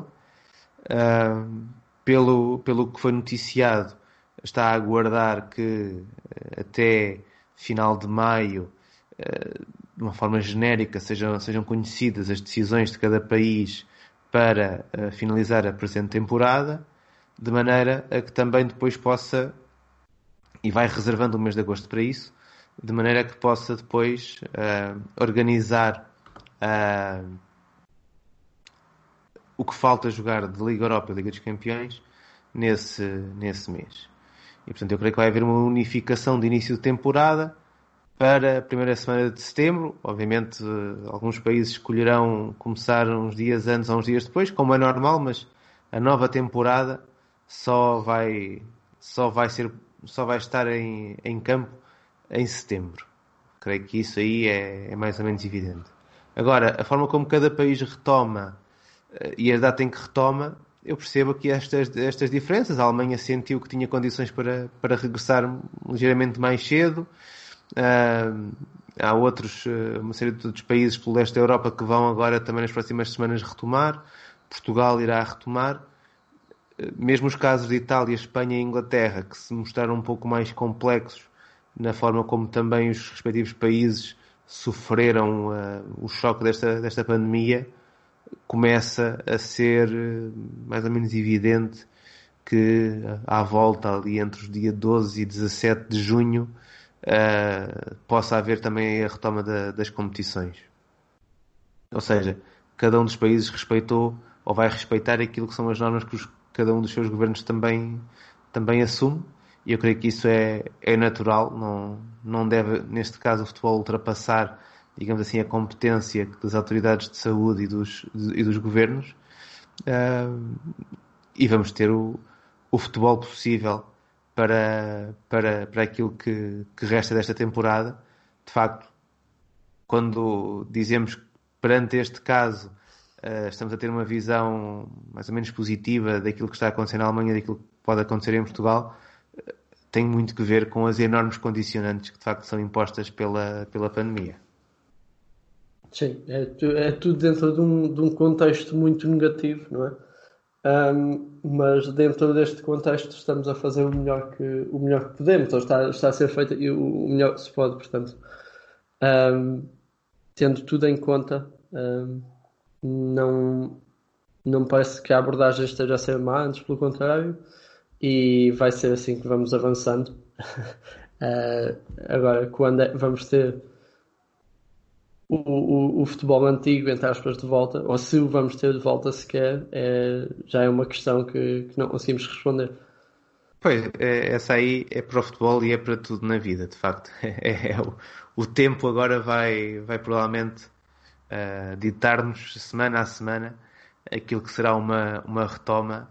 Pelo que foi noticiado, está a aguardar que até final de maio, de uma forma genérica, sejam conhecidas as decisões de cada país para finalizar a presente temporada, de maneira a que também depois possa, e vai reservando o mês de agosto para isso, de maneira que possa depois organizar o que falta jogar de Liga Europa e Liga dos Campeões nesse mês. E portanto eu creio que vai haver uma unificação de início de temporada para a primeira semana de setembro. Obviamente alguns países escolherão começar uns dias antes ou uns dias depois, como é normal, mas a nova temporada só vai, só vai estar em campo em setembro. Creio que isso aí é mais ou menos evidente. Agora, a forma como cada país retoma e a data em que retoma, eu percebo aqui estas diferenças. A Alemanha sentiu que tinha condições para regressar ligeiramente mais cedo. Há uma série de outros países pelo leste da Europa que vão agora também nas próximas semanas retomar. Portugal irá retomar. Mesmo os casos de Itália, Espanha e Inglaterra, que se mostraram um pouco mais complexos na forma como também os respectivos países sofreram o choque desta pandemia, começa a ser mais ou menos evidente que à volta ali entre os dias 12 e 17 de junho possa haver também a retoma das competições. Ou seja, cada um dos países respeitou ou vai respeitar aquilo que são as normas que cada um dos seus governos também assume, e eu creio que isso é natural. Não deve, neste caso, o futebol ultrapassar, digamos assim, a competência das autoridades de saúde e dos governos, e vamos ter o futebol possível para aquilo que resta desta temporada. De facto, quando dizemos que perante este caso estamos a ter uma visão mais ou menos positiva daquilo que está a acontecer na Alemanha, daquilo que pode acontecer em Portugal, tem muito que ver com as enormes condicionantes que de facto são impostas pela pandemia. Sim, é tudo dentro de um contexto muito negativo, não é? Mas dentro deste contexto estamos a fazer o melhor que podemos, ou está a ser feito e o melhor que se pode, portanto, tendo tudo em conta, não, não me parece que a abordagem esteja a ser má, antes pelo contrário, e vai ser assim que vamos avançando. Agora, quando vamos ter o futebol antigo, entre aspas, de volta, ou se o vamos ter de volta sequer, já é uma questão que não conseguimos responder. Pois, essa aí é para o futebol e é para tudo na vida, de facto. O tempo agora vai provavelmente ditar-nos semana a semana aquilo que será uma retoma,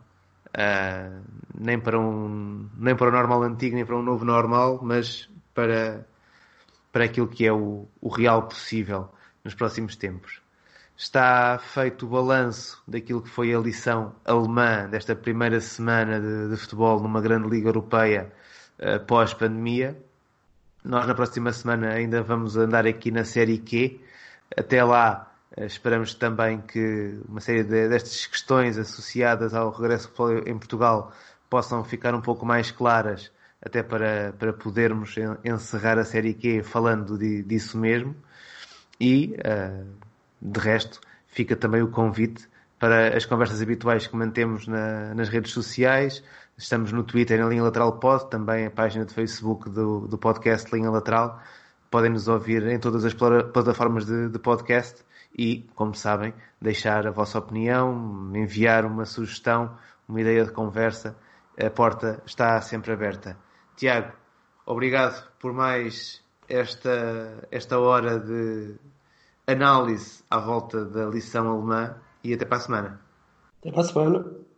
nem para o normal antigo, nem para um novo normal, mas para aquilo que é o real possível nos próximos tempos. Está feito o balanço daquilo que foi a lição alemã desta primeira semana de futebol numa grande liga europeia pós-pandemia. Nós na próxima semana ainda vamos andar aqui na Série Q. Até lá esperamos também que uma série destas questões associadas ao regresso ao futebol em Portugal possam ficar um pouco mais claras, até para podermos encerrar a Série Q falando disso mesmo. E de resto, fica também o convite para as conversas habituais que mantemos nas redes sociais. Estamos no Twitter, em Linha Lateral Pod, também a página de Facebook do podcast Linha Lateral. Podem nos ouvir em todas as plataformas de podcast e, como sabem, deixar a vossa opinião, enviar uma sugestão, uma ideia de conversa. A porta está sempre aberta. Tiago, obrigado por mais esta hora de análise à volta da lição alemã e até para a semana. Até para a semana.